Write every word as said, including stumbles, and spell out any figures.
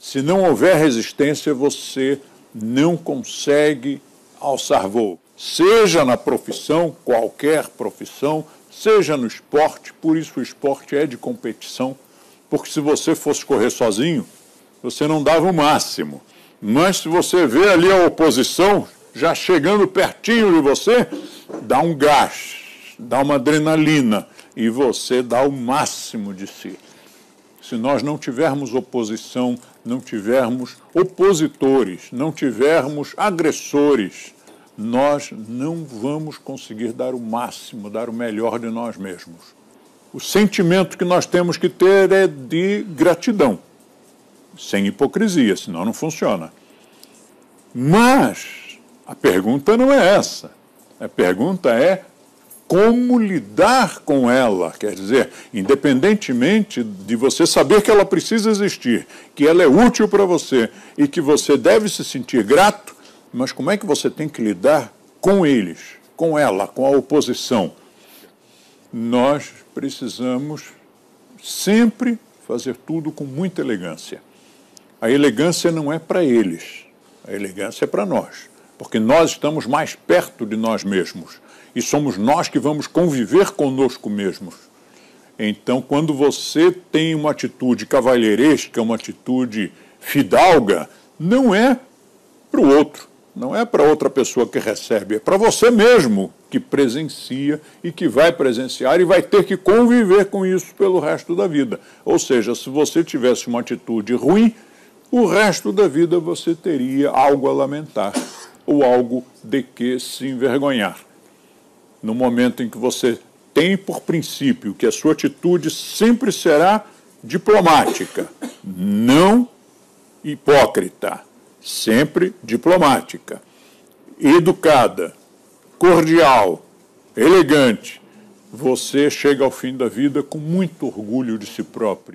Se não houver resistência, você não consegue alçar voo. Seja na profissão, qualquer profissão, seja no esporte, por isso o esporte é de competição, porque se você fosse correr sozinho, você não dava o máximo. Mas se você vê ali a oposição já chegando pertinho de você, dá um gás, dá uma adrenalina e você dá o máximo de si. Se nós não tivermos oposição, não tivermos opositores, não tivermos agressores, nós não vamos conseguir dar o máximo, dar o melhor de nós mesmos. O sentimento que nós temos que ter é de gratidão, sem hipocrisia, senão não funciona. Mas a pergunta não é essa. A pergunta é como lidar com ela. Quer dizer, independentemente de você saber que ela precisa existir, que ela é útil para você e que você deve se sentir grato, mas como é que você tem que lidar com eles, com ela, com a oposição? Nós precisamos sempre fazer tudo com muita elegância. A elegância não é para eles, a elegância é para nós, porque nós estamos mais perto de nós mesmos e somos nós que vamos conviver conosco mesmos. Então, quando você tem uma atitude cavalheiresca, uma atitude fidalga, não é para o outro, não é para outra pessoa que recebe, é para você mesmo que presencia e que vai presenciar e vai ter que conviver com isso pelo resto da vida. Ou seja, se você tivesse uma atitude ruim, o resto da vida você teria algo a lamentar ou algo de que se envergonhar. No momento em que você tem por princípio que a sua atitude sempre será diplomática, não hipócrita, sempre diplomática, educada, cordial, elegante, você chega ao fim da vida com muito orgulho de si próprio.